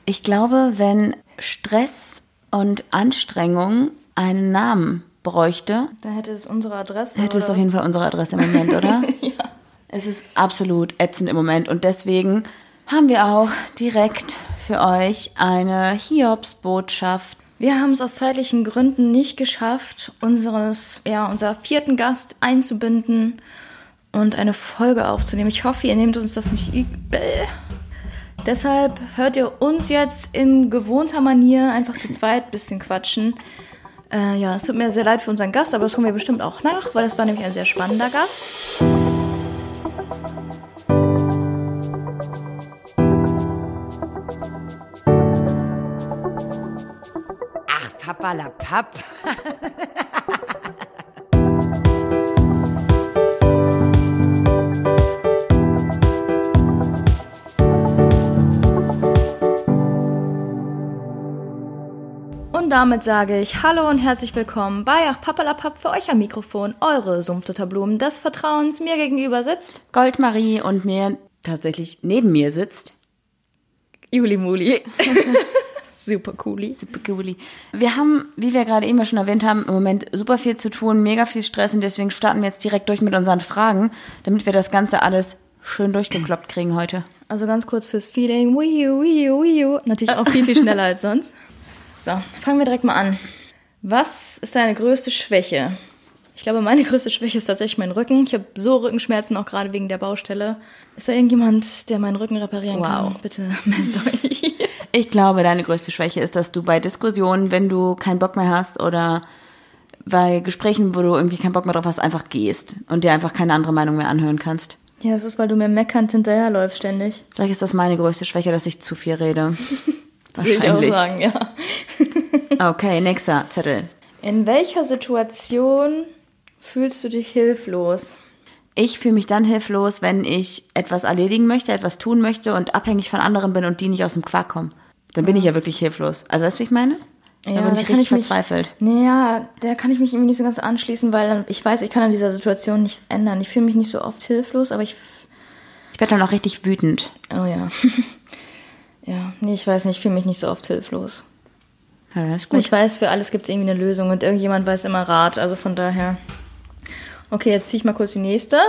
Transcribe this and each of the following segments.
Ich glaube, wenn Stress und Anstrengung einen Namen bräuchte, dann hätte es unsere Adresse. Hätte es auf jeden Fall unsere Adresse im Moment, oder? Ja. Es ist absolut ätzend im Moment und deswegen haben wir auch direkt für euch eine Hiobsbotschaft. Wir haben es aus zeitlichen Gründen nicht geschafft, unser 4. Gast einzubinden und eine Folge aufzunehmen. Ich hoffe, ihr nehmt uns das nicht übel. Deshalb hört ihr uns jetzt in gewohnter Manier einfach zu zweit ein bisschen quatschen. Es tut mir sehr leid für unseren Gast, aber das holen wir bestimmt auch nach, weil das war nämlich ein sehr spannender Gast. Ach, Papperlapapp. Und damit sage ich Hallo und herzlich willkommen bei Ach Papperlapapp, für euch am Mikrofon, eure Sumpfdotterblumen des Vertrauens. Mir gegenüber sitzt Goldmarie und mir tatsächlich neben mir sitzt Juli Muli. Super cooli. Super cooli. Wir haben, wie wir gerade eben schon erwähnt haben, im Moment super viel zu tun, mega viel Stress und deswegen starten wir jetzt direkt durch mit unseren Fragen, damit wir das Ganze alles schön durchgekloppt kriegen heute. Also ganz kurz fürs Feeling. Wiu. Natürlich auch viel, viel schneller als sonst. So, fangen wir direkt mal an. Was ist deine größte Schwäche? Ich glaube, meine größte Schwäche ist tatsächlich mein Rücken. Ich habe so Rückenschmerzen, auch gerade wegen der Baustelle. Ist da irgendjemand, der meinen Rücken reparieren kann? Bitte meldet euch. Ich glaube, deine größte Schwäche ist, dass du bei Diskussionen, wenn du keinen Bock mehr hast oder bei Gesprächen, wo du irgendwie keinen Bock mehr drauf hast, einfach gehst und dir einfach keine andere Meinung mehr anhören kannst. Ja, das ist, weil du mir meckernd hinterherläufst ständig. Vielleicht ist das meine größte Schwäche, dass ich zu viel rede. Wahrscheinlich. Würde ich auch sagen, ja. Okay, nächster Zettel. In welcher Situation fühlst du dich hilflos? Ich fühle mich dann hilflos, wenn ich etwas erledigen möchte, etwas tun möchte und abhängig von anderen bin und die nicht aus dem Quark kommen. Dann bin ich ja wirklich hilflos. Also weißt du, was ich meine? Ja, da bin ich richtig verzweifelt. Naja, da kann ich mich irgendwie nicht so ganz anschließen, weil ich weiß, ich kann an dieser Situation nichts ändern. Ich fühle mich nicht so oft hilflos, aber ich werde dann auch richtig wütend. Oh ja. Ja, nee, ich weiß nicht, ich fühle mich nicht so oft hilflos. Ja, das ist gut. Ich weiß, für alles gibt es irgendwie eine Lösung und irgendjemand weiß immer Rat, also von daher. Okay, jetzt ziehe ich mal kurz die nächste.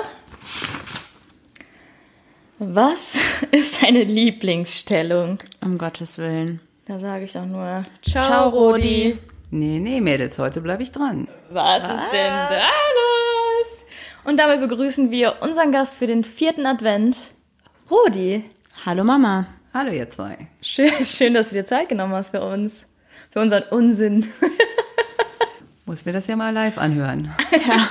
Was ist deine Lieblingsstellung? Um Gottes Willen. Da sage ich doch nur Ciao, Rodi. Nee, Mädels, heute bleibe ich dran. Was ist denn da los? Und damit begrüßen wir unseren Gast für den 4. Advent, Rodi. Hallo Mama. Hallo ihr zwei. Schön, dass du dir Zeit genommen hast für uns. Für unseren Unsinn. Muss mir das ja mal live anhören. Ja.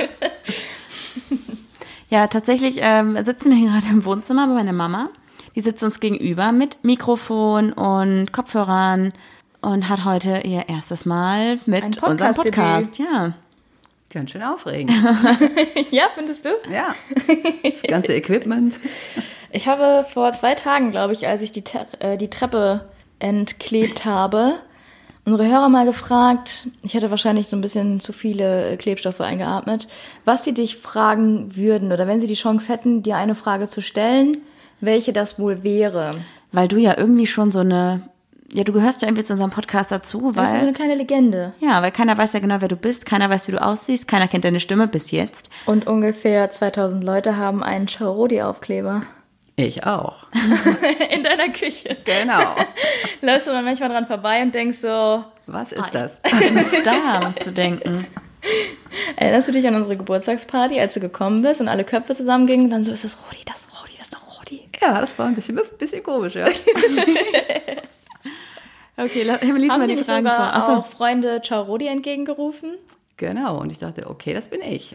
Ja, tatsächlich sitzen wir gerade im Wohnzimmer bei meiner Mama. Die sitzt uns gegenüber mit Mikrofon und Kopfhörern und hat heute ihr erstes Mal mit unserem Podcast. Ja. Ganz schön aufregend. Ja, findest du? Ja, das ganze Equipment. Ich habe vor 2 Tagen, glaube ich, als ich die Treppe entklebt habe, unsere Hörer mal gefragt, ich hätte wahrscheinlich so ein bisschen zu viele Klebstoffe eingeatmet, was sie dich fragen würden oder wenn sie die Chance hätten, dir eine Frage zu stellen, welche das wohl wäre. Weil du ja irgendwie schon so eine, ja, du gehörst ja irgendwie zu unserem Podcast dazu, weil... Das ist so eine kleine Legende. Ja, weil keiner weiß ja genau, wer du bist, keiner weiß, wie du aussiehst, keiner kennt deine Stimme bis jetzt. Und ungefähr 2000 Leute haben einen Ciao-Rodi-Aufkleber. Ich auch. In deiner Küche. Genau. Läufst du dann manchmal dran vorbei und denkst so... Was ist das? Ein Star, musst du denken. Erinnerst du dich an unsere Geburtstagsparty, als du gekommen bist und alle Köpfe zusammengingen und dann so, ist das Rodi, das ist doch Rodi. Ja, das war ein bisschen komisch, ja. Okay, lies mal die Fragen vor. Haben auch Freunde Ciao Rodi entgegengerufen? Genau, und ich dachte, okay, das bin ich.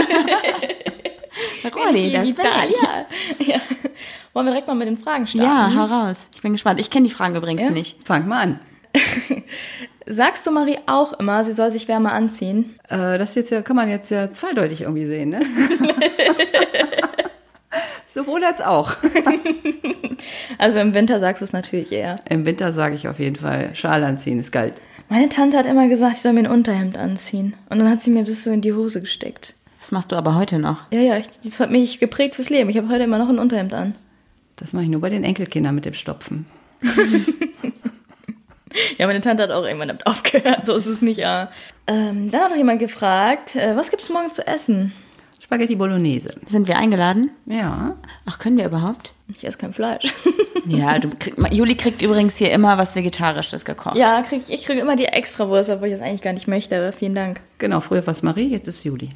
Rodi, das bin ich. Ja. Wollen wir direkt mal mit den Fragen starten? Ja, hau raus. Ich bin gespannt. Ich kenne die Fragen übrigens nicht. Fang mal an. Sagst du Marie auch immer, sie soll sich wärmer anziehen? Das jetzt kann man jetzt ja zweideutig irgendwie sehen, ne? Sowohl als auch. Also im Winter sagst du es natürlich eher. Im Winter sage ich auf jeden Fall, Schal anziehen ist kalt. Meine Tante hat immer gesagt, ich soll mir ein Unterhemd anziehen. Und dann hat sie mir das so in die Hose gesteckt. Das machst du aber heute noch. Ja, das hat mich geprägt fürs Leben. Ich habe heute immer noch ein Unterhemd an. Das mache ich nur bei den Enkelkindern mit dem Stopfen. Ja, meine Tante hat auch irgendwann damit aufgehört, so ist es nicht. Dann hat noch jemand gefragt, was gibt's morgen zu essen? Spaghetti Bolognese. Sind wir eingeladen? Ja. Ach, können wir überhaupt? Ich esse kein Fleisch. Ja, Juli kriegt übrigens hier immer was Vegetarisches gekocht. Ja, ich kriege immer die Extrawurst, obwohl ich das eigentlich gar nicht möchte, aber vielen Dank. Genau, früher war es Marie, jetzt ist Juli.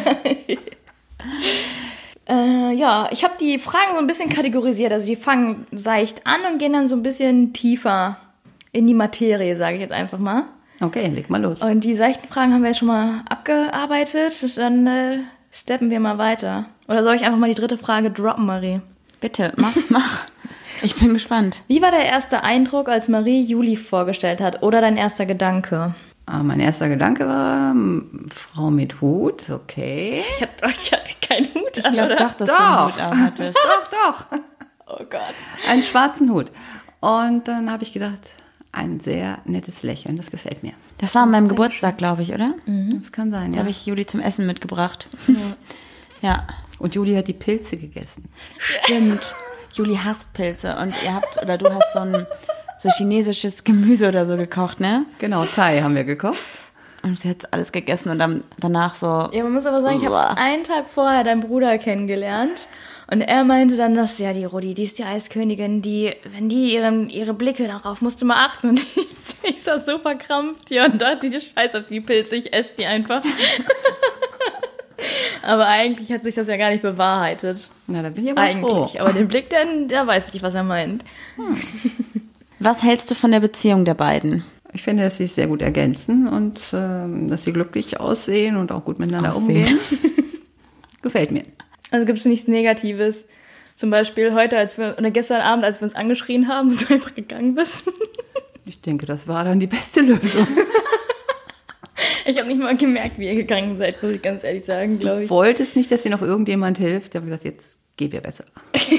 Ja, ich habe die Fragen so ein bisschen kategorisiert. Also die fangen seicht an und gehen dann so ein bisschen tiefer in die Materie, sage ich jetzt einfach mal. Okay, leg mal los. Und die seichten Fragen haben wir jetzt schon mal abgearbeitet. Dann steppen wir mal weiter. Oder soll ich einfach mal die dritte Frage droppen, Marie? Bitte, mach. Ich bin gespannt. Wie war der erste Eindruck, als Marie Juli vorgestellt hat? Oder dein erster Gedanke? Mein erster Gedanke war, Frau mit Hut, okay. Ich hatte keinen Hut Ich glaube doch, dass du einen Hut auf hattest. Doch. Oh Gott. Einen schwarzen Hut. Und dann habe ich gedacht, ein sehr nettes Lächeln, das gefällt mir. Das war an meinem Geburtstag, glaube ich, oder? Das kann sein, Da ja. habe ich Juli zum Essen mitgebracht. Ja. Und Juli hat die Pilze gegessen. Stimmt. Juli hasst Pilze und du hast so chinesisches Gemüse oder so gekocht, ne? Genau, Thai haben wir gekocht. Und sie hat alles gegessen und dann danach so... Ja, man muss aber sagen, ich habe einen Tag vorher deinen Bruder kennengelernt und er meinte dann, dass ja die Rudi, die ist die Eiskönigin, wenn die ihre Blicke darauf musst du mal achten. Und ich saß so verkrampft hier und dachte, die Scheiß auf die Pilze, ich esse die einfach. Aber eigentlich hat sich das ja gar nicht bewahrheitet. Na, da bin ich aber froh. Aber den Blick, da weiß ich nicht, was er meint. Was hältst du von der Beziehung der beiden? Ich finde, dass sie sich sehr gut ergänzen und dass sie glücklich aussehen und auch gut miteinander umgehen. Gefällt mir. Also gibt es nichts Negatives. Zum Beispiel heute, gestern Abend, als wir uns angeschrien haben und du einfach gegangen bist. Ich denke, das war dann die beste Lösung. Ich habe nicht mal gemerkt, wie ihr gegangen seid, muss ich ganz ehrlich sagen, glaube ich. Du wolltest nicht, dass dir noch irgendjemand hilft. Ich habe gesagt, jetzt gehen wir besser.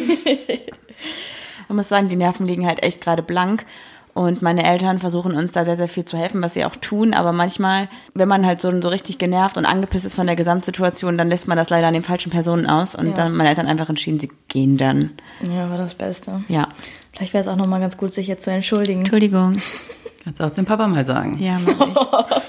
Man muss sagen, die Nerven liegen halt echt gerade blank. Und meine Eltern versuchen uns da sehr, sehr viel zu helfen, was sie auch tun. Aber manchmal, wenn man halt so richtig genervt und angepisst ist von der Gesamtsituation, dann lässt man das leider an den falschen Personen aus. Und dann haben meine Eltern einfach entschieden, sie gehen dann. Ja, war das Beste. Ja. Vielleicht wäre es auch nochmal ganz gut, sich jetzt zu entschuldigen. Entschuldigung. Kannst du auch dem Papa mal sagen. Ja, mach ich.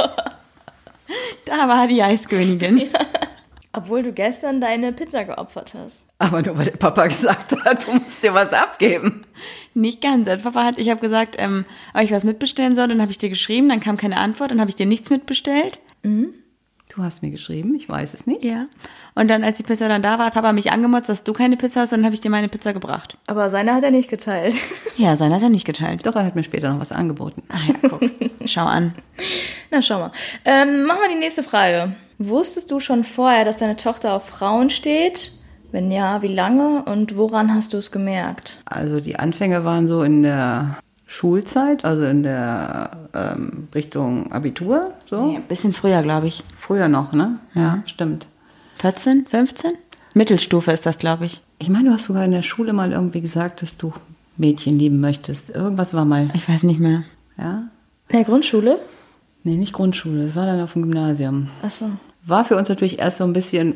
Da war die Eiskönigin. Ja. Obwohl du gestern deine Pizza geopfert hast. Aber nur weil der Papa gesagt hat, du musst dir was abgeben. Nicht ganz. Ich habe gesagt, ob ich was mitbestellen soll. Dann habe ich dir geschrieben, dann kam keine Antwort. Dann habe ich dir nichts mitbestellt. Mhm. Du hast mir geschrieben, ich weiß es nicht. Ja. Und dann, als die Pizza dann da war, hat Papa mich angemotzt, dass du keine Pizza hast. Dann habe ich dir meine Pizza gebracht. Aber seine hat er nicht geteilt. Ja, seine hat er nicht geteilt. Doch, er hat mir später noch was angeboten. Ach ja, guck. Schau an. Na, schau mal. Machen wir die nächste Frage. Wusstest du schon vorher, dass deine Tochter auf Frauen steht? Wenn ja, wie lange und woran hast du es gemerkt? Also die Anfänge waren so in der Schulzeit, also in der Richtung Abitur. So. Nee, ein bisschen früher, glaube ich. Früher noch, ne? Ja, stimmt. 14, 15? Mittelstufe ist das, glaube ich. Ich meine, du hast sogar in der Schule mal irgendwie gesagt, dass du Mädchen lieben möchtest. Irgendwas war mal. Ich weiß nicht mehr. Ja? In der Grundschule? Nee, nicht Grundschule. Das war dann auf dem Gymnasium. Ach so. War für uns natürlich erst so ein bisschen,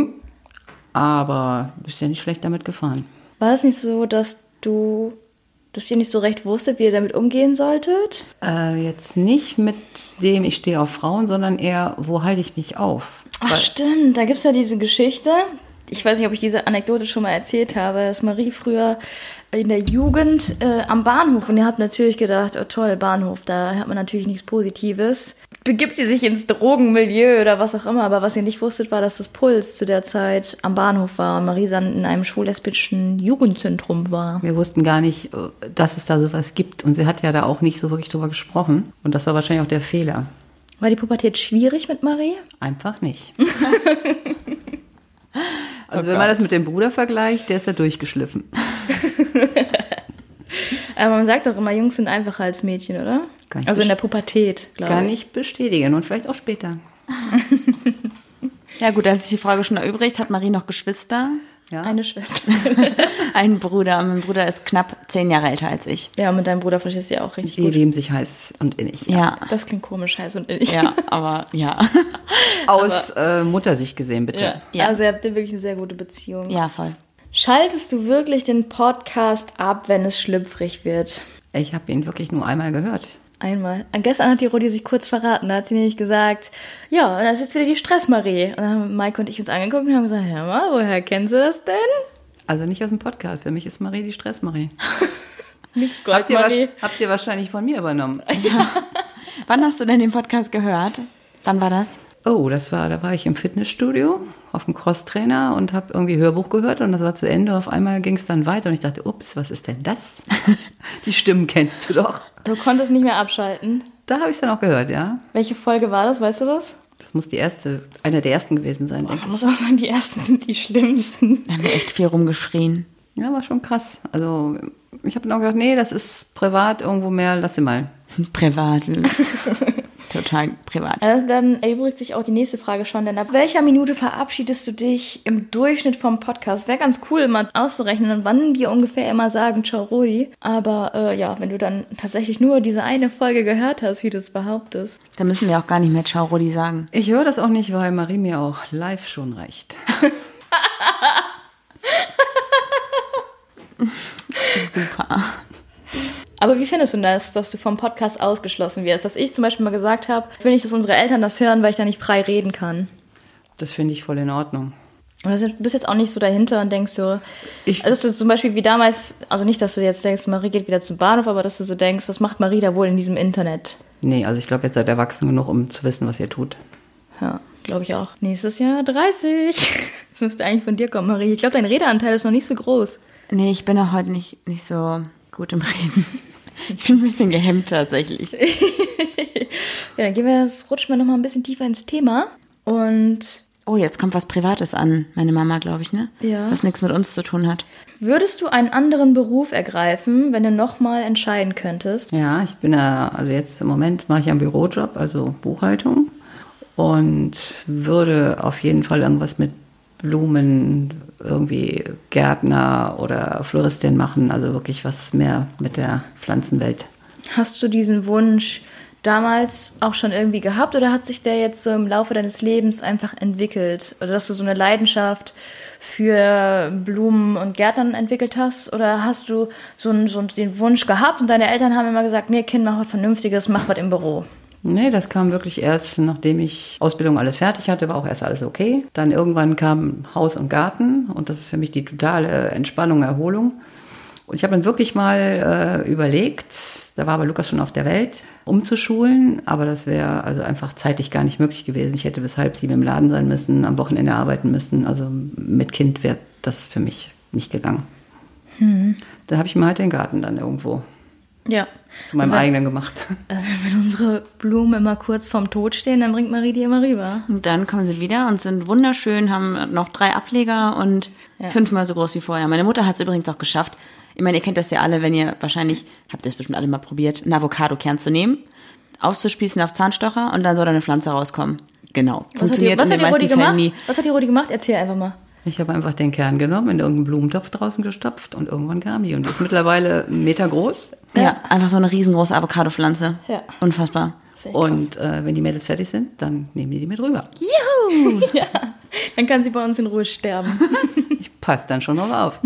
aber bist ja nicht schlecht damit gefahren. War das nicht so, dass ihr nicht so recht wusstet, wie ihr damit umgehen solltet? Jetzt nicht mit dem, ich stehe auf Frauen, sondern eher, wo halte ich mich auf? Ach stimmt, da gibt es ja diese Geschichte. Ich weiß nicht, ob ich diese Anekdote schon mal erzählt habe, dass Marie früher in der Jugend am Bahnhof, und ihr habt natürlich gedacht, oh toll, Bahnhof, da hat man natürlich nichts Positives. Begibt sie sich ins Drogenmilieu oder was auch immer, aber was ihr nicht wusstet, war, dass das Puls zu der Zeit am Bahnhof war und Marie dann in einem schwul-lesbischen Jugendzentrum war. Wir wussten gar nicht, dass es da sowas gibt und sie hat ja da auch nicht so wirklich drüber gesprochen und das war wahrscheinlich auch der Fehler. War die Pubertät schwierig mit Marie? Einfach nicht. Also wenn man das mit dem Bruder vergleicht, der ist da durchgeschliffen. Aber man sagt doch immer, Jungs sind einfacher als Mädchen, oder? Also in der Pubertät, glaube ich. Kann ich bestätigen und vielleicht auch später. Ja gut, dann ist die Frage schon erübrigt. Hat Marie noch Geschwister? Ja. Eine Schwester. Einen Bruder. Und mein Bruder ist knapp 10 Jahre älter als ich. Ja, mit deinem Bruder verstehst du ja auch richtig Die gut. lieben sich heiß und innig. Ja. Das klingt komisch, heiß und innig. Ja, aber ja. Aus Muttersicht gesehen, bitte. Ja. Also ihr habt wirklich eine sehr gute Beziehung. Ja, voll. Schaltest du wirklich den Podcast ab, wenn es schlüpfrig wird? Ich habe ihn wirklich nur einmal gehört. Einmal. Gestern hat die Rodi sich kurz verraten. Da hat sie nämlich gesagt, ja, das ist jetzt wieder die Stress-Marie. Und dann haben Maike und ich uns angeguckt und haben gesagt, hör mal, woher kennst du das denn? Also nicht aus dem Podcast. Für mich ist Marie die Stress-Marie. Nix Gold, Marie. Habt ihr wahrscheinlich von mir übernommen. Ja. Wann hast du denn den Podcast gehört? Wann war das? Oh, da war ich im Fitnessstudio auf dem Crosstrainer und habe irgendwie Hörbuch gehört und das war zu Ende. Auf einmal ging es dann weiter und ich dachte, ups, was ist denn das? Die Stimmen kennst du doch. Du konntest nicht mehr abschalten. Da habe ich es dann auch gehört, ja. Welche Folge war das, weißt du das? Das muss eine der ersten gewesen sein, denke ich. Ich muss auch sagen, die ersten sind die schlimmsten. Da haben wir echt viel rumgeschrien. Ja, war schon krass. Also ich habe dann auch gedacht, nee, das ist privat irgendwo mehr, lass sie mal. Privat. Total privat. Also dann erübrigt sich auch die nächste Frage schon, denn ab welcher Minute verabschiedest du dich im Durchschnitt vom Podcast? Wäre ganz cool, mal auszurechnen, wann wir ungefähr immer sagen, ciao Rodi. Aber ja, wenn du dann tatsächlich nur diese eine Folge gehört hast, wie du es behauptest. Dann müssen wir auch gar nicht mehr ciao Rodi sagen. Ich höre das auch nicht, weil Marie mir auch live schon reicht. Super. Aber wie findest du das, dass du vom Podcast ausgeschlossen wirst? Dass ich zum Beispiel mal gesagt habe, ich will nicht, dass unsere Eltern das hören, weil ich da nicht frei reden kann. Das finde ich voll in Ordnung. Und du bist jetzt auch nicht so dahinter und denkst so, dass du zum Beispiel wie damals, also nicht, dass du jetzt denkst, Marie geht wieder zum Bahnhof, aber dass du so denkst, was macht Marie da wohl in diesem Internet? Nee, also ich glaube, jetzt seid ihr erwachsen genug, um zu wissen, was ihr tut. Ja, glaube ich auch. Nächstes Jahr 30. Das müsste eigentlich von dir kommen, Marie. Ich glaube, dein Redeanteil ist noch nicht so groß. Nee, ich bin ja heute nicht so gut im Reden. Ich bin ein bisschen gehemmt tatsächlich. Ja, dann rutschen wir noch mal ein bisschen tiefer ins Thema. Und oh, jetzt kommt was Privates an, meine Mama, glaube ich, ne? Ja. Was nichts mit uns zu tun hat. Würdest du einen anderen Beruf ergreifen, wenn du nochmal entscheiden könntest? Ja, ich bin also jetzt im Moment mache ich einen Bürojob, also Buchhaltung. Und würde auf jeden Fall irgendwas mit Blumen, irgendwie Gärtner oder Floristin machen, also wirklich was mehr mit der Pflanzenwelt. Hast du diesen Wunsch damals auch schon irgendwie gehabt oder hat sich der jetzt so im Laufe deines Lebens einfach entwickelt? Oder dass du so eine Leidenschaft für Blumen und Gärtnern entwickelt hast? Oder hast du so den Wunsch gehabt und deine Eltern haben immer gesagt, nee, Kind, mach was Vernünftiges, mach was im Büro? Nee, das kam wirklich erst, nachdem ich Ausbildung alles fertig hatte, war auch erst alles okay. Dann irgendwann kam Haus und Garten und das ist für mich die totale Entspannung, Erholung. Und ich habe dann wirklich mal überlegt, da war aber Lukas schon auf der Welt, umzuschulen, aber das wäre also einfach zeitlich gar nicht möglich gewesen. Ich hätte bis 6:30 im Laden sein müssen, am Wochenende arbeiten müssen. Also mit Kind wäre das für mich nicht gegangen. Da habe ich mir halt den Garten dann irgendwo zu meinem eigenen gemacht. Also wenn unsere Blumen immer kurz vorm Tod stehen, dann bringt Marie die immer rüber. Und dann kommen sie wieder und sind wunderschön, haben noch 3 Ableger und 5-mal so groß wie vorher. Meine Mutter hat es übrigens auch geschafft. Ich meine, ihr kennt das ja alle, wenn ihr wahrscheinlich, habt ihr es bestimmt alle mal probiert, einen Avocado-Kern zu nehmen, aufzuspießen auf Zahnstocher und dann soll da eine Pflanze rauskommen. Genau. Funktioniert in den meisten Fällen nie. Was hat die Rodi gemacht? Erzähl einfach mal. Ich habe einfach den Kern genommen, in irgendeinen Blumentopf draußen gestopft und irgendwann kam die. Und die ist mittlerweile 1 Meter groß. Ja, einfach so eine riesengroße Avocado-Pflanze. Ja. Unfassbar. Und wenn die Mädels fertig sind, dann nehmen die mit rüber. Juhu! Ja, dann kann sie bei uns in Ruhe sterben. Ich passe dann schon noch auf.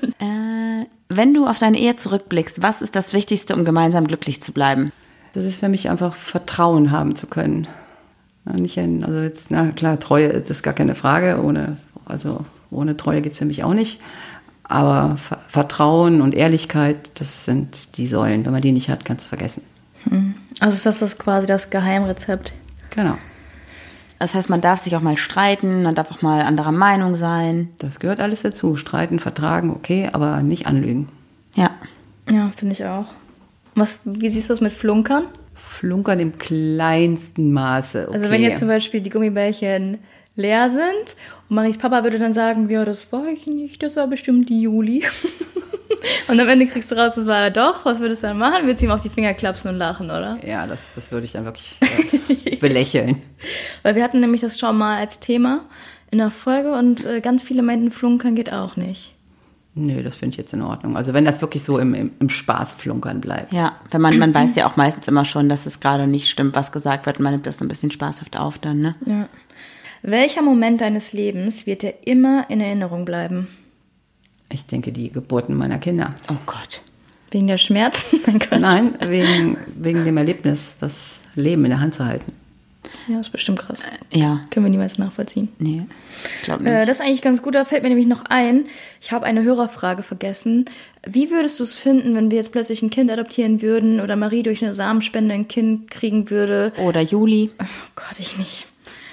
Wenn du auf deine Ehe zurückblickst, was ist das Wichtigste, um gemeinsam glücklich zu bleiben? Das ist für mich einfach Vertrauen haben zu können. Also jetzt, na klar, Treue ist gar keine Frage. Ohne Treue geht es für mich auch nicht. Aber Vertrauen und Ehrlichkeit, das sind die Säulen. Wenn man die nicht hat, kannst du vergessen. Also ist das quasi das Geheimrezept? Genau. Das heißt, man darf sich auch mal streiten, man darf auch mal anderer Meinung sein. Das gehört alles dazu. Streiten, vertragen, okay, aber nicht anlügen. Ja. Ja, finde ich auch. Wie siehst du das mit Flunkern? Flunkern im kleinsten Maße, okay. Also wenn jetzt zum Beispiel die Gummibärchen leer sind und Maries Papa würde dann sagen, ja, das war ich nicht, das war bestimmt die Juli. Und am Ende kriegst du raus, das war er doch. Was würdest du dann machen? Würdest du ihm auf die Finger klapsen und lachen, oder? Ja, das würde ich dann wirklich belächeln. Weil wir hatten nämlich das schon mal als Thema in der Folge und ganz viele meinten, Flunkern geht auch nicht. Nö, das finde ich jetzt in Ordnung. Also wenn das wirklich so im Spaßflunkern bleibt. Ja, wenn man weiß ja auch meistens immer schon, dass es gerade nicht stimmt, was gesagt wird. Und man nimmt das so ein bisschen spaßhaft auf dann, ne? Ja. Welcher Moment deines Lebens wird dir immer in Erinnerung bleiben? Ich denke, die Geburten meiner Kinder. Oh Gott. Wegen der Schmerzen? Nein, wegen dem Erlebnis, das Leben in der Hand zu halten. Ja, ist bestimmt krass. Ja. Können wir niemals nachvollziehen. Nee, ich glaube nicht. Das ist eigentlich ganz gut, da fällt mir nämlich noch ein, ich habe eine Hörerfrage vergessen. Wie würdest du es finden, wenn wir jetzt plötzlich ein Kind adoptieren würden oder Marie durch eine Samenspende ein Kind kriegen würde? Oder Juli. Oh Gott, ich nicht.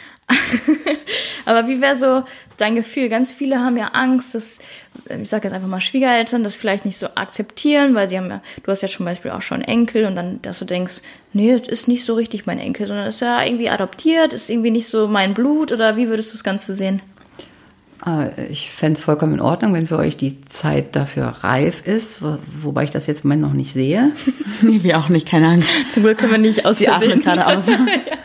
Aber wie wäre so dein Gefühl? Ganz viele haben ja Angst, dass, ich sage jetzt einfach mal Schwiegereltern, das vielleicht nicht so akzeptieren, weil sie haben ja, du hast ja zum Beispiel auch schon Enkel und dann, dass du denkst, nee, das ist nicht so richtig mein Enkel, sondern ist ja irgendwie adoptiert, ist irgendwie nicht so mein Blut, oder wie würdest du das Ganze sehen? Ich fände es vollkommen in Ordnung, wenn für euch die Zeit dafür reif ist, wobei ich das jetzt im Moment noch nicht sehe. Nee, wir auch nicht, keine Angst. Zum Glück können wir nicht aus Versehen gerade aus. Ja.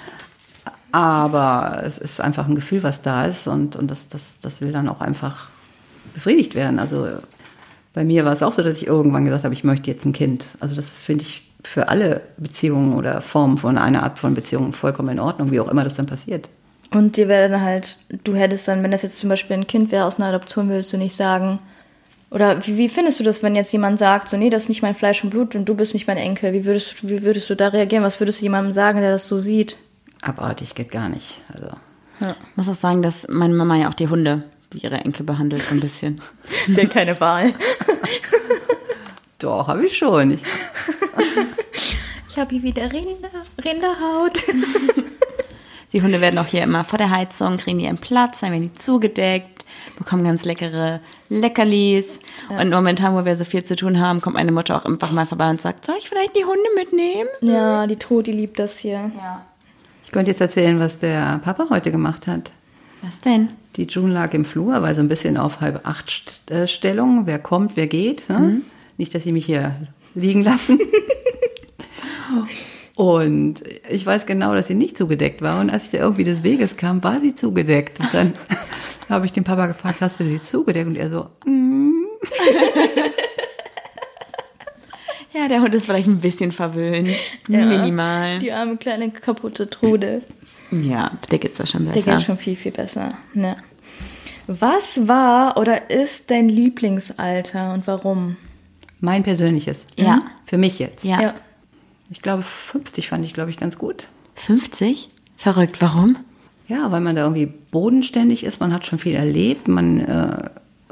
Aber es ist einfach ein Gefühl, was da ist und das will dann auch einfach befriedigt werden. Also bei mir war es auch so, dass ich irgendwann gesagt habe, ich möchte jetzt ein Kind. Also das finde ich für alle Beziehungen oder Formen von einer Art von Beziehungen vollkommen in Ordnung, wie auch immer das dann passiert. Und dir wäre dann halt, du hättest dann, wenn das jetzt zum Beispiel ein Kind wäre aus einer Adoption, würdest du nicht sagen, oder wie findest du das, wenn jetzt jemand sagt, so nee, das ist nicht mein Fleisch und Blut und du bist nicht mein Enkel, wie würdest du da reagieren, was würdest du jemandem sagen, der das so sieht? Abartig geht gar nicht. Also. Ja. Ich muss auch sagen, dass meine Mama ja auch die Hunde wie ihre Enkel behandelt, so ein bisschen. Sie hat keine Wahl. Doch, habe ich schon. Ich habe hier wieder Rinderhaut. Die Hunde werden auch hier immer vor der Heizung, kriegen die ihren Platz, dann werden die zugedeckt, bekommen ganz leckere Leckerlis. Ja. Und momentan, wo wir so viel zu tun haben, kommt meine Mutter auch einfach mal vorbei und sagt, soll ich vielleicht die Hunde mitnehmen? Ja, die Toti liebt das hier. Ja. Ich könnte jetzt erzählen, was der Papa heute gemacht hat. Was denn? Die June lag im Flur, war so ein bisschen auf 7:30 Stellung. Wer kommt, wer geht. Ne? Mhm. Nicht, dass sie mich hier liegen lassen. Und ich weiß genau, dass sie nicht zugedeckt war. Und als ich da irgendwie des Weges kam, war sie zugedeckt. Und dann habe ich den Papa gefragt, hast du sie zugedeckt? Und er so, Ja, der Hund ist vielleicht ein bisschen verwöhnt. Ja, minimal. Die arme kleine kaputte Trude. Ja, der geht's doch schon besser. Der geht schon viel, viel besser. Ja. Was war oder ist dein Lieblingsalter und warum? Mein persönliches. Ja. Für mich jetzt. Ja. Ich glaube, 50 fand ich, ganz gut. 50? Verrückt. Warum? Ja, weil man da irgendwie bodenständig ist. Man hat schon viel erlebt. Man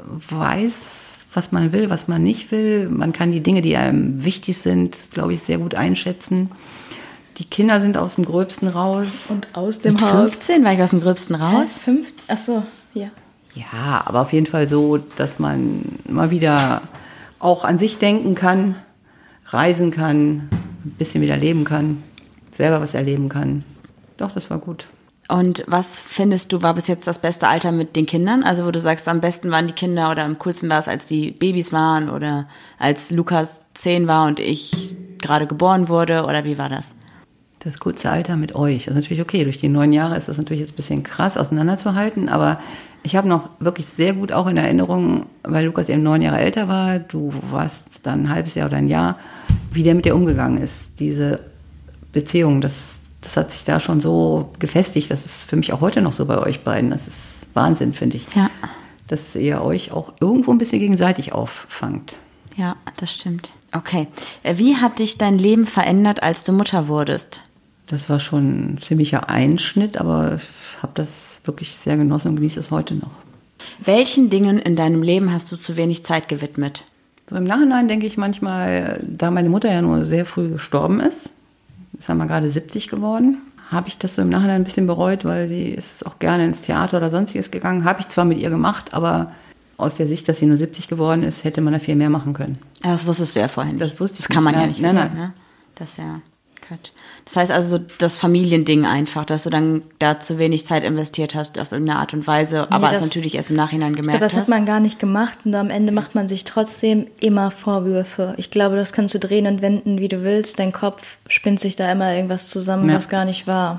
weiß, was man will, was man nicht will. Man kann die Dinge, die einem wichtig sind, glaube ich, sehr gut einschätzen. Die Kinder sind aus dem Gröbsten raus. Und aus dem Mit Haus. 15 war ich aus dem Gröbsten raus? Achso, ja. Ja, aber auf jeden Fall so, dass man mal wieder auch an sich denken kann, reisen kann, ein bisschen wieder leben kann, selber was erleben kann. Doch, das war gut. Und was findest du, war bis jetzt das beste Alter mit den Kindern? Also wo du sagst, am besten waren die Kinder oder am coolsten war es, als die Babys waren oder als Lukas 10 war und ich gerade geboren wurde, oder wie war das? Das coolste Alter mit euch. Das ist natürlich okay, durch die 9 Jahre ist das natürlich jetzt ein bisschen krass auseinanderzuhalten, aber ich habe noch wirklich sehr gut auch in Erinnerung, weil Lukas eben 9 Jahre älter war, du warst dann ein halbes Jahr oder ein Jahr, wie der mit dir umgegangen ist. Diese Beziehung, das hat sich da schon so gefestigt. Das ist für mich auch heute noch so bei euch beiden. Das ist Wahnsinn, finde ich. Ja. Dass ihr euch auch irgendwo ein bisschen gegenseitig auffangt. Ja, das stimmt. Okay. Wie hat dich dein Leben verändert, als du Mutter wurdest? Das war schon ein ziemlicher Einschnitt, aber ich habe das wirklich sehr genossen und genieße es heute noch. Welchen Dingen in deinem Leben hast du zu wenig Zeit gewidmet? So im Nachhinein denke ich manchmal, da meine Mutter ja nur sehr früh gestorben ist wir gerade 70 geworden, habe ich das so im Nachhinein ein bisschen bereut, weil sie ist auch gerne ins Theater oder sonstiges gegangen. Habe ich zwar mit ihr gemacht, aber aus der Sicht, dass sie nur 70 geworden ist, hätte man da viel mehr machen können. Ja, das wusstest du ja vorhin nicht. Das wusste ich Das kann man nicht. ja nicht wissen, ne? Das ist ja Quatsch. Das heißt also das Familiending einfach, dass du dann da zu wenig Zeit investiert hast auf irgendeine Art und Weise, aber es natürlich erst im Nachhinein gemerkt hast. Das hat man gar nicht gemacht und am Ende macht man sich trotzdem immer Vorwürfe. Ich glaube, das kannst du drehen und wenden, wie du willst. Dein Kopf spinnt sich da immer irgendwas zusammen, was gar nicht war.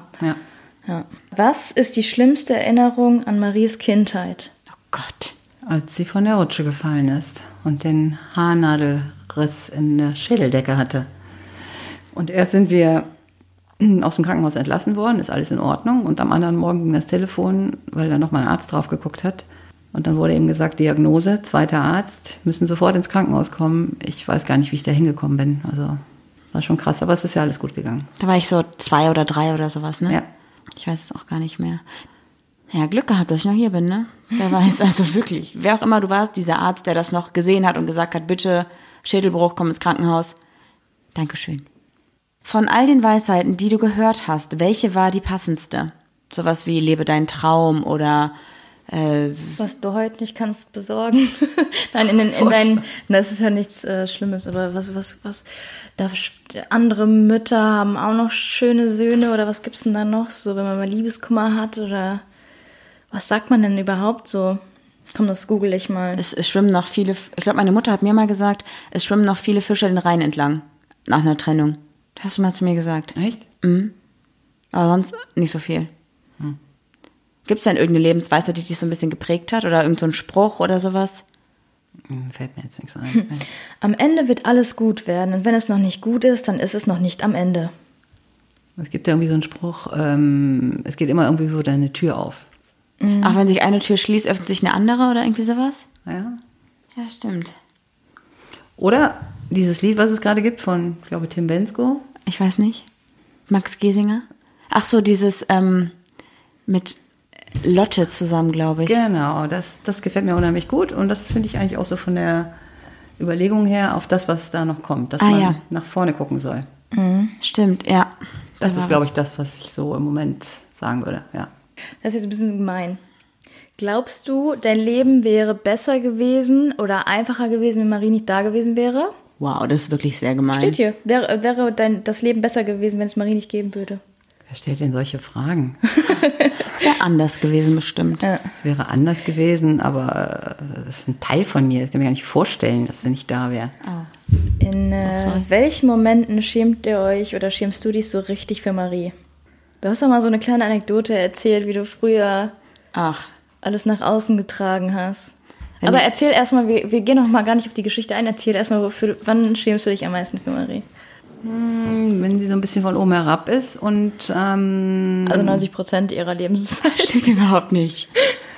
Ja. Was ist die schlimmste Erinnerung an Maries Kindheit? Oh Gott. Als sie von der Rutsche gefallen ist und den Haarnadelriss in der Schädeldecke hatte. Und erst sind wir aus dem Krankenhaus entlassen worden, ist alles in Ordnung. Und am anderen Morgen ging das Telefon, weil da nochmal ein Arzt drauf geguckt hat. Und dann wurde eben gesagt, Diagnose, 2. Arzt, müssen sofort ins Krankenhaus kommen. Ich weiß gar nicht, wie ich da hingekommen bin. Also war schon krass, aber es ist ja alles gut gegangen. Da war ich so 2 oder 3 oder sowas, ne? Ja. Ich weiß es auch gar nicht mehr. Ja, Glück gehabt, dass ich noch hier bin, ne? Wer weiß, also wirklich. Wer auch immer du warst, dieser Arzt, der das noch gesehen hat und gesagt hat, bitte, Schädelbruch, komm ins Krankenhaus. Dankeschön. Von all den Weisheiten, die du gehört hast, welche war die passendste? Sowas wie lebe deinen Traum oder was du heute nicht kannst besorgen. Nein, in deinen, das ist ja nichts Schlimmes, aber was, da andere Mütter haben auch noch schöne Söhne oder was gibt's denn da noch so, wenn man mal Liebeskummer hat oder was sagt man denn überhaupt so? Komm, das google ich mal. Es schwimmen noch viele, ich glaube, meine Mutter hat mir mal gesagt, es schwimmen noch viele Fische den Rhein entlang, nach einer Trennung. Das hast du mal zu mir gesagt. Echt? Mhm. Aber sonst nicht so viel. Gibt es denn irgendeine Lebensweisheit, die dich so ein bisschen geprägt hat? Oder irgend so ein Spruch oder sowas? Fällt mir jetzt nichts ein. Am Ende wird alles gut werden. Und wenn es noch nicht gut ist, dann ist es noch nicht am Ende. Es gibt ja irgendwie so einen Spruch, es geht immer irgendwie so deine Tür auf. Auch wenn sich eine Tür schließt, öffnet sich eine andere oder irgendwie sowas? Ja. Ja, stimmt. Oder dieses Lied, was es gerade gibt von, ich glaube, Tim Bendzko. Ich weiß nicht. Max Giesinger? Ach so, dieses mit Lotte zusammen, glaube ich. Genau, das gefällt mir unheimlich gut und das finde ich eigentlich auch so von der Überlegung her auf das, was da noch kommt, dass man nach vorne gucken soll. Stimmt, ja. Das ist, glaube ich, das, was ich so im Moment sagen würde, ja. Das ist jetzt ein bisschen gemein. Glaubst du, dein Leben wäre besser gewesen oder einfacher gewesen, wenn Marie nicht da gewesen wäre? Wow, das ist wirklich sehr gemein. Steht hier. Wäre das Leben besser gewesen, wenn es Marie nicht geben würde? Wer stellt denn solche Fragen? Wäre anders gewesen bestimmt. Ja. Es wäre anders gewesen, aber das ist ein Teil von mir. Das kann ich mir gar nicht vorstellen, dass er nicht da wäre. Oh. In welchen Momenten schämt ihr euch oder schämst du dich so richtig für Marie? Du hast doch mal so eine kleine Anekdote erzählt, wie du früher alles nach außen getragen hast. Aber erzähl erstmal, wir gehen noch mal gar nicht auf die Geschichte ein, erzähl erstmal, wann schämst du dich am meisten für Marie? Wenn sie so ein bisschen von oben herab ist und also 90% ihrer Lebenszeit. Stimmt überhaupt nicht.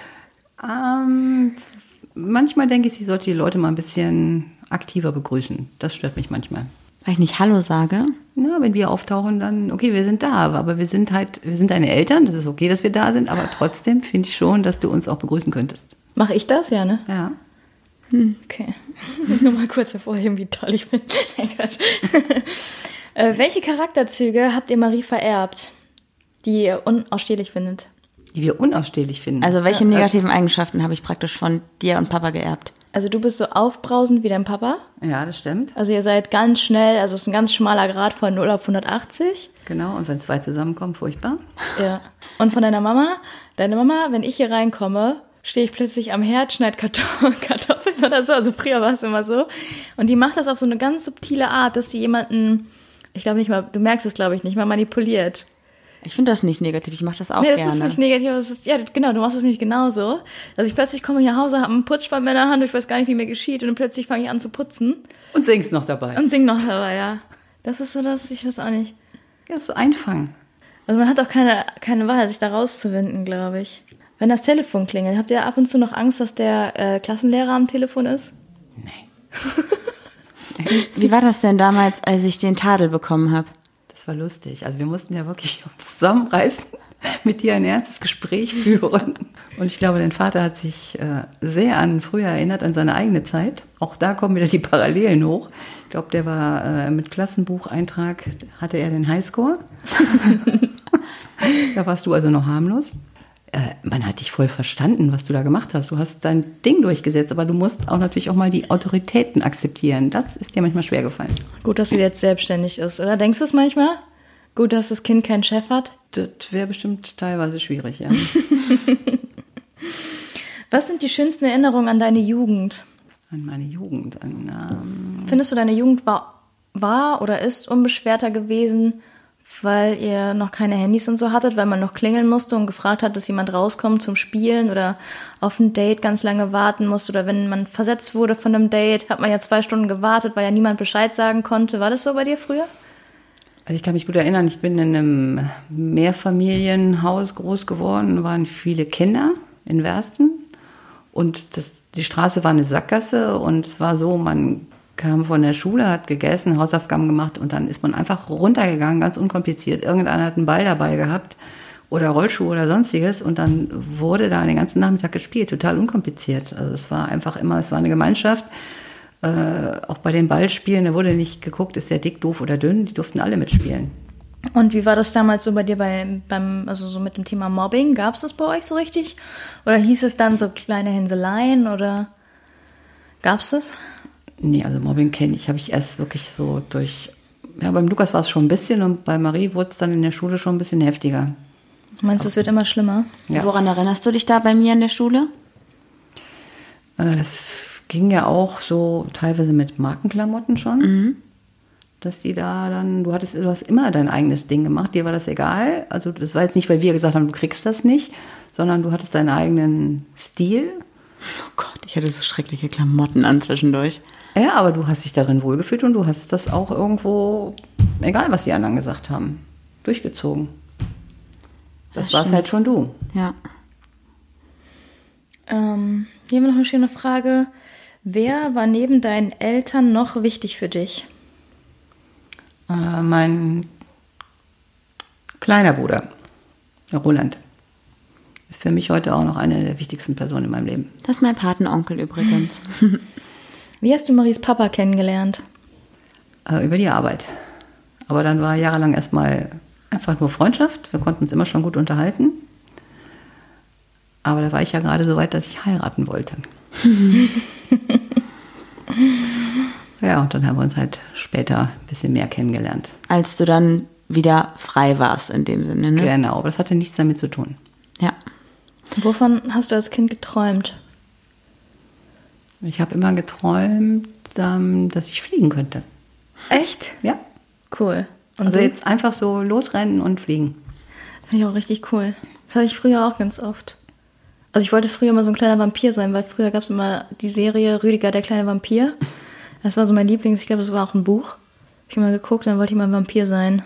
Manchmal denke ich, sie sollte die Leute mal ein bisschen aktiver begrüßen. Das stört mich manchmal. Weil ich nicht Hallo sage? Na, wenn wir auftauchen, dann, okay, wir sind da, aber wir sind deine Eltern, das ist okay, dass wir da sind, aber trotzdem finde ich schon, dass du uns auch begrüßen könntest. Mache ich das, ja, ne? Ja. Okay. Nur mal kurz hervorheben, wie toll ich bin. Mein Gott. Welche Charakterzüge habt ihr Marie vererbt, die ihr unausstehlich findet? Die wir unausstehlich finden. Also welche negativen Eigenschaften habe ich praktisch von dir und Papa geerbt? Also du bist so aufbrausend wie dein Papa. Ja, das stimmt. Also ihr seid ganz schnell, also es ist ein ganz schmaler Grad von 0 auf 180. Genau, und wenn 2 zusammenkommen, furchtbar. Ja. Und von deiner Mama, wenn ich hier reinkomme, stehe ich plötzlich am Herd, schneide Kartoffeln oder so. Also früher war es immer so. Und die macht das auf so eine ganz subtile Art, dass sie jemanden, ich glaube nicht mal, du merkst es glaube ich nicht mal, manipuliert. Ich finde das nicht negativ, ich mache das auch gerne. Nee, das ist nicht negativ, aber es ist, ja genau, du machst es nämlich genauso. Also ich plötzlich komme hier nach Hause, habe einen Putzschwamm in der Hand, ich weiß gar nicht, wie mir geschieht und dann plötzlich fange ich an zu putzen. Und singst noch dabei. Und sing noch dabei, ja. Das ist so das, ich weiß auch nicht. Ja, so einfangen. Also man hat auch keine Wahl, sich da rauszuwinden, glaube ich. Wenn das Telefon klingelt, habt ihr ab und zu noch Angst, dass der Klassenlehrer am Telefon ist? Nee. Wie war das denn damals, als ich den Tadel bekommen habe? Das war lustig. Also wir mussten ja wirklich uns zusammenreißen, mit dir ein ernstes Gespräch führen. Und ich glaube, dein Vater hat sich sehr an früher erinnert, an seine eigene Zeit. Auch da kommen wieder die Parallelen hoch. Ich glaube, der war mit Klassenbucheintrag, hatte er den Highscore. Da warst du also noch harmlos. Man hat dich voll verstanden, was du da gemacht hast. Du hast dein Ding durchgesetzt, aber du musst auch natürlich auch mal die Autoritäten akzeptieren. Das ist dir manchmal schwer gefallen. Gut, dass sie jetzt selbstständig ist, oder? Denkst du es manchmal? Gut, dass das Kind keinen Chef hat? Das wäre bestimmt teilweise schwierig, ja. Was sind die schönsten Erinnerungen an deine Jugend? An meine Jugend? Findest du, deine Jugend war oder ist unbeschwerter gewesen, weil ihr noch keine Handys und so hattet, weil man noch klingeln musste und gefragt hat, dass jemand rauskommt zum Spielen oder auf ein Date ganz lange warten musste oder wenn man versetzt wurde von einem Date, hat man ja 2 Stunden gewartet, weil ja niemand Bescheid sagen konnte. War das so bei dir früher? Also ich kann mich gut erinnern, ich bin in einem Mehrfamilienhaus groß geworden, waren viele Kinder in Wersten Und die Straße war eine Sackgasse und es war so, man kam von der Schule, hat gegessen, Hausaufgaben gemacht und dann ist man einfach runtergegangen, ganz unkompliziert. Irgendeiner hat einen Ball dabei gehabt oder Rollschuhe oder sonstiges und dann wurde da den ganzen Nachmittag gespielt, total unkompliziert. Also es war einfach immer, es war eine Gemeinschaft. Auch bei den Ballspielen, da wurde nicht geguckt, ist der dick, doof oder dünn, die durften alle mitspielen. Und wie war das damals so bei dir also so mit dem Thema Mobbing? Gab es das bei euch so richtig? Oder hieß es dann so kleine Hänseleien oder gab es das? Nee, also Mobbing habe ich erst wirklich so beim Lukas war es schon ein bisschen und bei Marie wurde es dann in der Schule schon ein bisschen heftiger. Meinst du, es wird immer schlimmer? Ja. Woran erinnerst du dich da bei mir in der Schule? Das ging ja auch so teilweise mit Markenklamotten schon. Mhm. Dass die da dann, du hast immer dein eigenes Ding gemacht, dir war das egal. Also das war jetzt nicht, weil wir gesagt haben, du kriegst das nicht, sondern du hattest deinen eigenen Stil. Oh Gott, ich hatte so schreckliche Klamotten an zwischendurch. Ja, aber du hast dich darin wohlgefühlt und du hast das auch irgendwo, egal was die anderen gesagt haben, durchgezogen. Das war's halt schon du. Ja. Hier haben wir noch eine schöne Frage. Wer war neben deinen Eltern noch wichtig für dich? Mein kleiner Bruder, Roland, ist für mich heute auch noch eine der wichtigsten Personen in meinem Leben. Das ist mein Patenonkel übrigens. Wie hast du Maries Papa kennengelernt? Über die Arbeit. Aber dann war jahrelang erstmal einfach nur Freundschaft. Wir konnten uns immer schon gut unterhalten. Aber da war ich ja gerade so weit, dass ich heiraten wollte. Ja, und dann haben wir uns halt später ein bisschen mehr kennengelernt. Als du dann wieder frei warst in dem Sinne, ne? Genau, aber das hatte nichts damit zu tun. Ja. Wovon hast du als Kind geträumt? Ich habe immer geträumt, dass ich fliegen könnte. Echt? Ja. Cool. Und also jetzt einfach so losrennen und fliegen. Finde ich auch richtig cool. Das hatte ich früher auch ganz oft. Also ich wollte früher immer so ein kleiner Vampir sein, weil früher gab es immer die Serie Rüdiger, der kleine Vampir. Das war so mein Lieblings, ich glaube, das war auch ein Buch. Habe ich mal geguckt, dann wollte ich mal ein Vampir sein.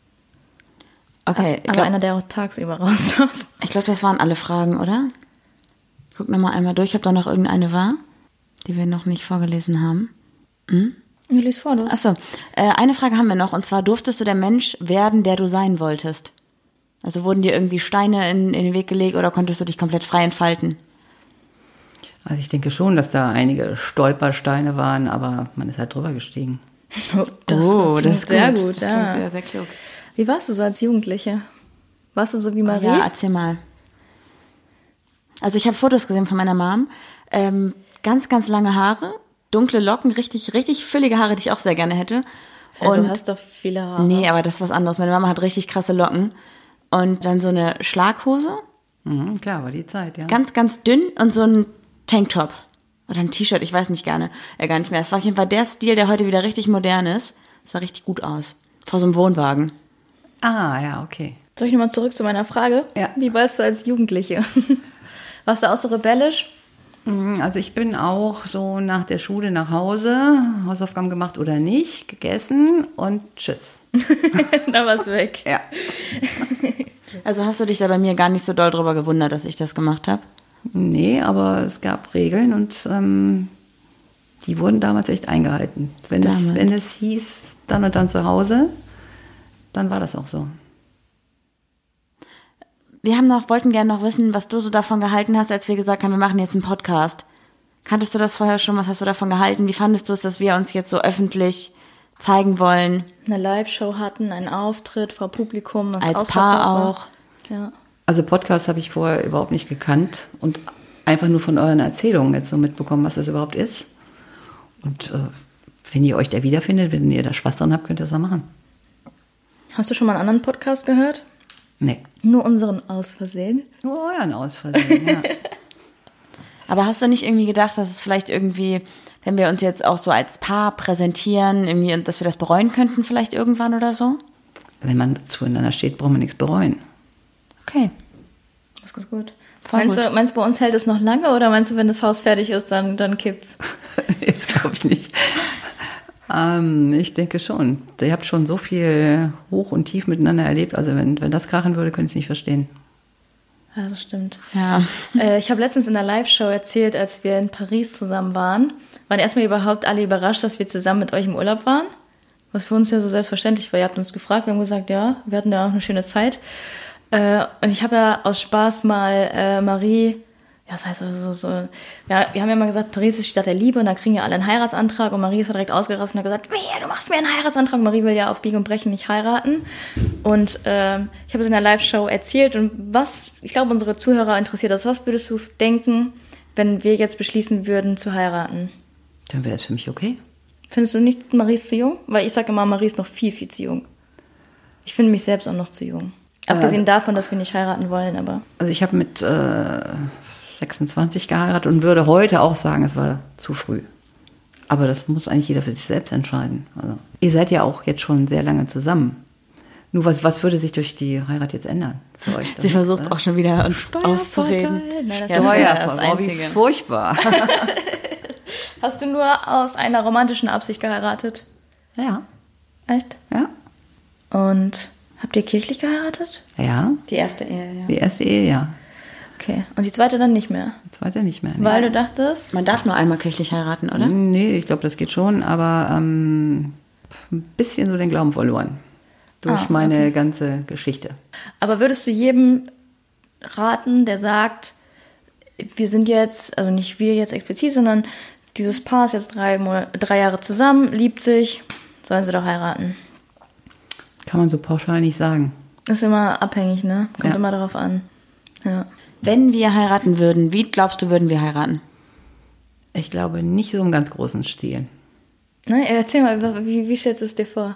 Okay. Aber einer, der auch tagsüber raus darf. Ich glaube, das waren alle Fragen, oder? Ich guck nochmal einmal durch, ob da noch irgendeine war, die wir noch nicht vorgelesen haben. Hm? Ich lese vor, du. Achso, eine Frage haben wir noch, und zwar, durftest du der Mensch werden, der du sein wolltest? Also wurden dir irgendwie Steine in den Weg gelegt oder konntest du dich komplett frei entfalten? Also ich denke schon, dass da einige Stolpersteine waren, aber man ist halt drüber gestiegen. Das ist sehr gut. Das klingt sehr, sehr klug. Wie warst du so als Jugendliche? Warst du so wie Marie? Ja, erzähl mal. Also ich habe Fotos gesehen von meiner Mom. Ganz, ganz lange Haare, dunkle Locken, richtig, richtig füllige Haare, die ich auch sehr gerne hätte. Ja, du hast doch viele Haare. Nee, aber das ist was anderes. Meine Mama hat richtig krasse Locken. Und dann so eine Schlaghose. Mhm, klar, war die Zeit, ja. Ganz, ganz dünn und so ein Tanktop. Oder ein T-Shirt, ich weiß nicht gar nicht mehr. Es war auf jeden Fall der Stil, der heute wieder richtig modern ist. Sah richtig gut aus. Vor so einem Wohnwagen. Ah, ja, okay. Soll ich nochmal zurück zu meiner Frage? Ja. Wie warst du als Jugendliche? Warst du auch so rebellisch? Also ich bin auch so nach der Schule nach Hause, Hausaufgaben gemacht oder nicht, gegessen und tschüss. Da war's weg. Ja. Also hast du dich da bei mir gar nicht so doll drüber gewundert, dass ich das gemacht habe? Nee, aber es gab Regeln und die wurden damals echt eingehalten. Wenn es hieß, dann und dann zu Hause, dann war das auch so. Wir wollten gerne noch wissen, was du so davon gehalten hast, als wir gesagt haben, wir machen jetzt einen Podcast. Kanntest du das vorher schon? Was hast du davon gehalten? Wie fandest du es, dass wir uns jetzt so öffentlich zeigen wollen? Eine Live-Show hatten, einen Auftritt vor Publikum. Als Paar auch. Ja. Also Podcast habe ich vorher überhaupt nicht gekannt und einfach nur von euren Erzählungen jetzt so mitbekommen, was das überhaupt ist. Und wenn ihr euch da wiederfindet, wenn ihr da Spaß dran habt, könnt ihr das auch machen. Hast du schon mal einen anderen Podcast gehört? Nee. Nur unseren aus Versehen? Oh ja, ein Aus Versehen, ja. Aber hast du nicht irgendwie gedacht, dass es vielleicht irgendwie, wenn wir uns jetzt auch so als Paar präsentieren, irgendwie, dass wir das bereuen könnten vielleicht irgendwann oder so? Wenn man zueinander steht, braucht man nichts bereuen. Okay. Das ist ganz gut. Voll Meinst gut. du, bei uns hält es noch lange oder meinst du, wenn das Haus fertig ist, dann kippt's? Das glaube ich nicht. Ich denke schon. Ihr habt schon so viel Hoch und Tief miteinander erlebt. Also wenn das krachen würde, könnte ich es nicht verstehen. Ja, das stimmt. Ja. Ich habe letztens in der Live-Show erzählt, als wir in Paris zusammen waren erstmal überhaupt alle überrascht, dass wir zusammen mit euch im Urlaub waren. Was für uns ja so selbstverständlich war. Ihr habt uns gefragt, wir haben gesagt, ja, wir hatten ja auch eine schöne Zeit. Und ich habe ja aus Spaß mal Marie, ja, das heißt also ja, wir haben ja mal gesagt, Paris ist die Stadt der Liebe und da kriegen ja alle einen Heiratsantrag und Marie ist ja direkt ausgerastet und hat gesagt, du machst mir einen Heiratsantrag. Marie will ja auf Biegen und Brechen nicht heiraten. Und ich habe es in der Live-Show erzählt und ich glaube, unsere Zuhörer interessiert das. Was würdest du denken, wenn wir jetzt beschließen würden, zu heiraten? Dann wäre es für mich okay. Findest du nicht, Marie ist zu jung? Weil ich sage immer, Marie ist noch viel, viel zu jung. Ich finde mich selbst auch noch zu jung. Abgesehen davon, dass wir nicht heiraten wollen, aber... Also ich habe mit 26 geheiratet und würde heute auch sagen, es war zu früh. Aber das muss eigentlich jeder für sich selbst entscheiden. Also, ihr seid ja auch jetzt schon sehr lange zusammen. Nur was würde sich durch die Heirat jetzt ändern für euch? Sie versucht auch schon wieder uns auszureden. Nein, das Steuervorteil, wie furchtbar. Hast du nur aus einer romantischen Absicht geheiratet? Ja. Echt? Ja. Und habt ihr kirchlich geheiratet? Ja. Die erste Ehe, ja. Die erste Ehe, ja. Okay. Und die zweite dann nicht mehr? Die zweite nicht mehr. Nee. Weil du dachtest... Man darf nur einmal kirchlich heiraten, oder? Nee, ich glaube, das geht schon, aber ein bisschen so den Glauben verloren. Durch meine ganze Geschichte. Aber würdest du jedem raten, der sagt, wir sind jetzt, also nicht wir jetzt explizit, sondern dieses Paar ist jetzt 3 Jahre zusammen, liebt sich, sollen sie doch heiraten? Kann man so pauschal nicht sagen. Ist immer abhängig, ne? Kommt immer darauf an. Ja. Wenn wir heiraten würden, wie glaubst du, würden wir heiraten? Ich glaube nicht so im ganz großen Stil. Ne? Erzähl mal, wie stellst du es dir vor?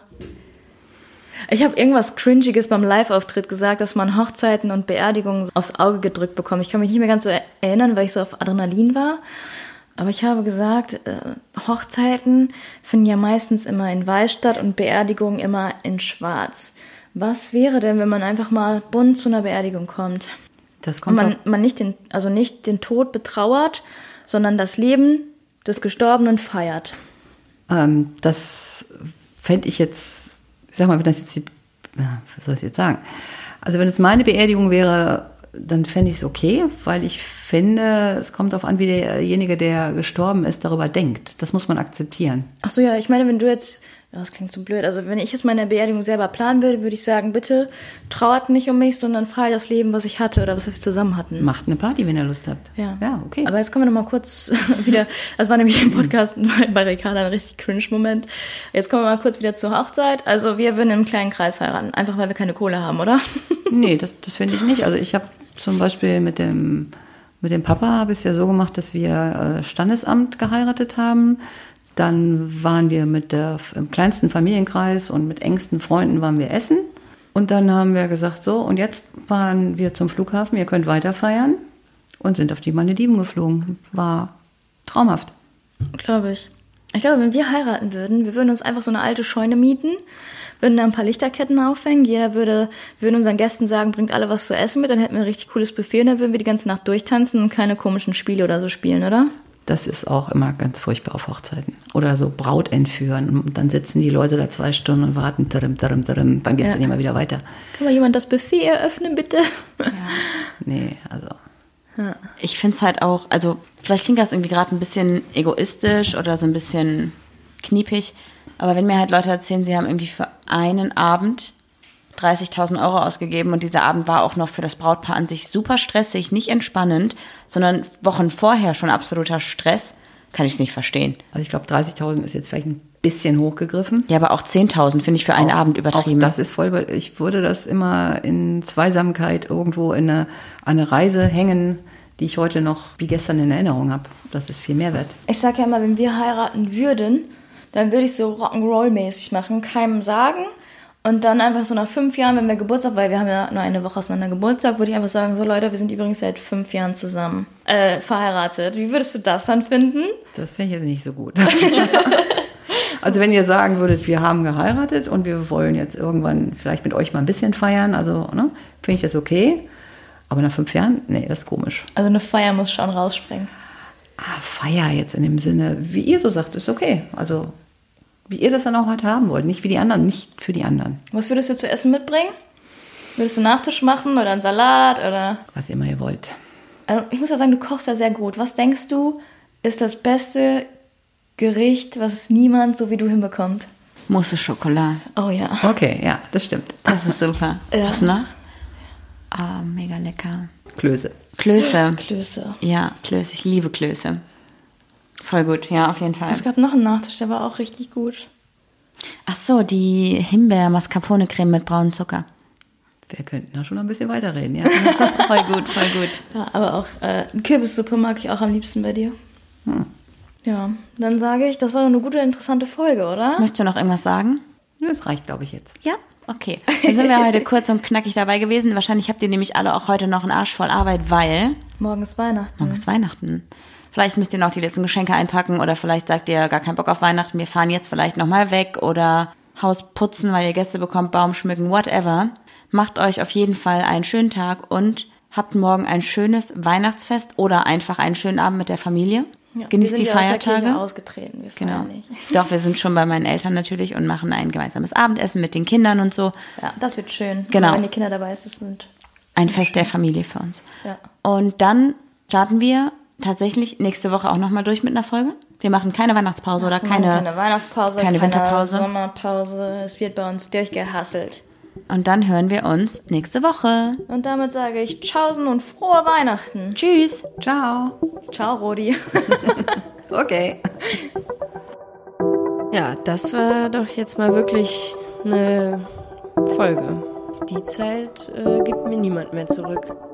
Ich habe irgendwas Cringiges beim Live-Auftritt gesagt, dass man Hochzeiten und Beerdigungen aufs Auge gedrückt bekommt. Ich kann mich nicht mehr ganz so erinnern, weil ich so auf Adrenalin war. Aber ich habe gesagt, Hochzeiten finden ja meistens immer in Weiß statt und Beerdigungen immer in Schwarz. Was wäre denn, wenn man einfach mal bunt zu einer Beerdigung kommt? Das kommt und man nicht den Tod betrauert, sondern das Leben des Gestorbenen feiert. Das fände ich jetzt, ich sag mal, wenn das jetzt was soll ich jetzt sagen? Also wenn es meine Beerdigung wäre, dann fände ich es okay, weil ich finde, es kommt darauf an, wie derjenige, der gestorben ist, darüber denkt. Das muss man akzeptieren. Ach so, ja, ich meine, wenn du jetzt, das klingt so blöd, also wenn ich jetzt meine Beerdigung selber planen würde, würde ich sagen, bitte trauert nicht um mich, sondern feiert das Leben, was ich hatte oder was wir zusammen hatten. Macht eine Party, wenn ihr Lust habt. Ja, okay. Aber jetzt kommen wir noch mal kurz wieder, das war nämlich im Podcast bei Ricarda ein richtig Cringe-Moment. Jetzt kommen wir mal kurz wieder zur Hochzeit. Also wir würden im kleinen Kreis heiraten, einfach weil wir keine Kohle haben, oder? Nee, das finde ich nicht. Also ich habe zum Beispiel mit dem Papa habe ich es ja so gemacht, dass wir Standesamt geheiratet haben. Dann waren wir im kleinsten Familienkreis und mit engsten Freunden waren wir essen. Und dann haben wir gesagt, so, und jetzt fahren wir zum Flughafen, ihr könnt weiter feiern. Und sind auf die Malediven geflogen. War traumhaft. Glaube ich. Ich glaube, wenn wir heiraten würden, wir würden uns einfach so eine alte Scheune mieten, würden da ein paar Lichterketten aufhängen. Jeder würde unseren Gästen sagen, bringt alle was zu essen mit. Dann hätten wir ein richtig cooles Buffet und dann würden wir die ganze Nacht durchtanzen und keine komischen Spiele oder so spielen, oder? Das ist auch immer ganz furchtbar auf Hochzeiten. Oder so Braut entführen. Und dann sitzen die Leute da 2 Stunden und warten. Wann geht's denn immer wieder weiter? Kann mal jemand das Buffet eröffnen, bitte? Ja. Nee, also... Ja. Ich finde es halt auch, also vielleicht klingt das irgendwie gerade ein bisschen egoistisch oder so ein bisschen kniepig, aber wenn mir halt Leute erzählen, sie haben irgendwie für einen Abend 30.000 € ausgegeben und dieser Abend war auch noch für das Brautpaar an sich super stressig, nicht entspannend, sondern Wochen vorher schon absoluter Stress, kann ich es nicht verstehen. Also ich glaube 30.000 ist jetzt vielleicht ein bisschen hochgegriffen. Ja, aber auch 10.000 finde ich für einen Abend übertrieben. Auch das ist voll, ich würde das immer in Zweisamkeit irgendwo an eine Reise hängen, die ich heute noch wie gestern in Erinnerung habe. Das ist viel mehr wert. Ich sage ja immer, wenn wir heiraten würden, dann würde ich so Rock'n'Roll-mäßig machen, keinem sagen. Und dann einfach so nach 5 Jahren, wenn wir Geburtstag, weil wir haben ja nur eine Woche auseinander Geburtstag, würde ich einfach sagen, so Leute, wir sind übrigens seit 5 Jahren zusammen verheiratet. Wie würdest du das dann finden? Das finde ich jetzt nicht so gut. Also wenn ihr sagen würdet, wir haben geheiratet und wir wollen jetzt irgendwann vielleicht mit euch mal ein bisschen feiern, also finde ich das okay. Aber nach 5 Jahren, nee, das ist komisch. Also eine Feier muss schon rausspringen. Feier jetzt in dem Sinne, wie ihr so sagt, ist okay. Also wie ihr das dann auch halt haben wollt, nicht wie die anderen, nicht für die anderen. Was würdest du zu essen mitbringen? Würdest du Nachtisch machen oder einen Salat oder? Was immer ihr wollt. Also ich muss ja sagen, du kochst ja sehr gut. Was denkst du, ist das beste Gericht, was niemand so wie du hinbekommt? Mousse Schokolade. Oh ja. Okay, ja, das stimmt. Das ist super. Ja. Was noch? Ah, mega lecker. Klöße. Klöße. Klöße. Ja, Klöße. Ich liebe Klöße. Voll gut, ja, auf jeden Fall. Es gab noch einen Nachtisch, der war auch richtig gut. Ach so, die Himbeer-Mascarpone-Creme mit braunem Zucker. Wir könnten da schon noch ein bisschen weiterreden, ja. Voll gut, voll gut. Ja, aber auch Kürbissuppe mag ich auch am liebsten bei dir. Ja, dann sage ich, das war doch eine gute, interessante Folge, oder? Möchtest du noch irgendwas sagen? Ja, das reicht, glaube ich, jetzt. Ja? Okay. Dann sind wir heute kurz und knackig dabei gewesen. Wahrscheinlich habt ihr nämlich alle auch heute noch einen Arsch voll Arbeit, weil... Morgen ist Weihnachten. Morgen ist Weihnachten. Vielleicht müsst ihr noch die letzten Geschenke einpacken oder vielleicht sagt ihr gar keinen Bock auf Weihnachten, wir fahren jetzt vielleicht nochmal weg oder Haus putzen, weil ihr Gäste bekommt, Baum schmücken, whatever. Macht euch auf jeden Fall einen schönen Tag und habt morgen ein schönes Weihnachtsfest oder einfach einen schönen Abend mit der Familie. Ja, Genießt die Feiertage. Aus der Kirche ausgetreten. Wir genau. Nicht. Doch, wir sind schon bei meinen Eltern natürlich und machen ein gemeinsames Abendessen mit den Kindern und so. Ja, das wird schön. Genau. Wenn die Kinder dabei sind. Ein Fest der Familie für uns. Ja. Und dann starten wir tatsächlich nächste Woche auch nochmal durch mit einer Folge. Wir machen keine Weihnachtspause oder keine Weihnachtspause, keine Winterpause. Sommerpause. Es wird bei uns durchgehasselt. Und dann hören wir uns nächste Woche. Und damit sage ich Tschaußen und frohe Weihnachten. Tschüss. Ciao. Ciao, Rodi. Okay. Ja, das war doch jetzt mal wirklich eine Folge. Die Zeit gibt mir niemand mehr zurück.